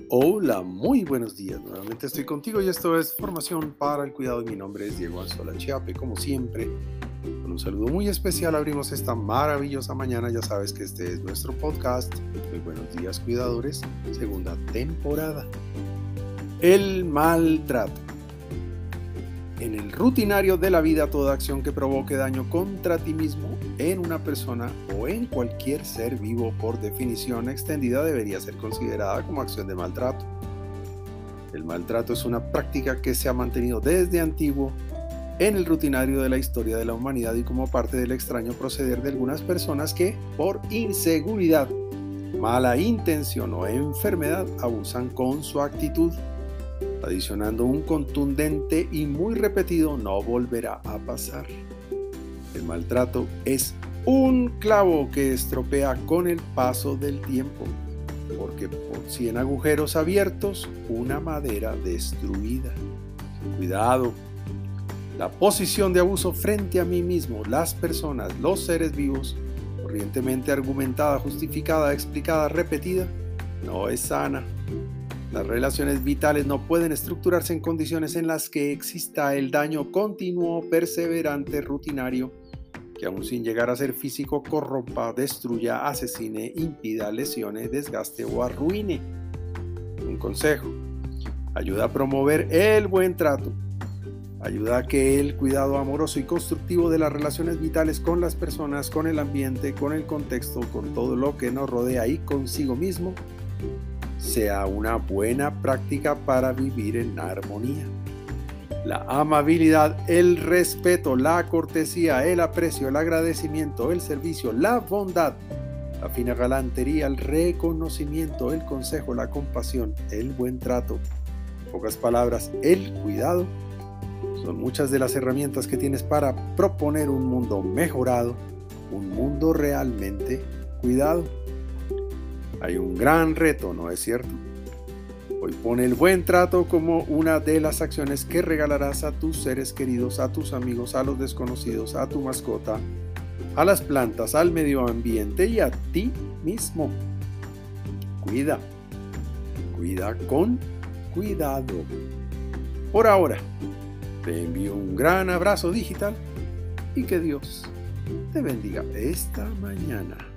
Hola, muy buenos días. Nuevamente estoy contigo y esto es Formación para el Cuidado. Mi nombre es Diego Anzola Chiape. Como siempre, con un saludo muy especial abrimos esta maravillosa mañana. Ya sabes que este es nuestro podcast. Muy buenos días, cuidadores. Segunda temporada. El maltrato. En el rutinario de la vida, toda acción que provoque daño contra ti mismo, en una persona o en cualquier ser vivo, por definición extendida, debería ser considerada como acción de maltrato. El maltrato es una práctica que se ha mantenido desde antiguo en el rutinario de la historia de la humanidad y como parte del extraño proceder de algunas personas que, por inseguridad, mala intención o enfermedad, abusan con su actitud, adicionando un contundente y muy repetido "no volverá a pasar". El maltrato es un clavo que estropea con el paso del tiempo, porque por 100 agujeros abiertos, una madera destruida. Cuidado. La posición de abuso frente a mí mismo, las personas, los seres vivos, corrientemente argumentada, justificada, explicada, repetida, no es sana. Las relaciones vitales no pueden estructurarse en condiciones en las que exista el daño continuo, perseverante, rutinario, que aun sin llegar a ser físico, corrompa, destruya, asesine, impida, lesione, desgaste o arruine. Un consejo: ayuda a promover el buen trato. Ayuda a que el cuidado amoroso y constructivo de las relaciones vitales con las personas, con el ambiente, con el contexto, con todo lo que nos rodea y consigo mismo, sea una buena práctica para vivir en armonía. La amabilidad, el respeto, la cortesía, el aprecio, el agradecimiento, el servicio, la bondad, la fina galantería, el reconocimiento, el consejo, la compasión, el buen trato, en pocas palabras, el cuidado, son muchas de las herramientas que tienes para proponer un mundo mejorado, un mundo realmente cuidado. Hay un gran reto, ¿no es cierto? Hoy pone el buen trato como una de las acciones que regalarás a tus seres queridos, a tus amigos, a los desconocidos, a tu mascota, a las plantas, al medio ambiente y a ti mismo. Cuida con cuidado. Por ahora, te envío un gran abrazo digital y que Dios te bendiga esta mañana.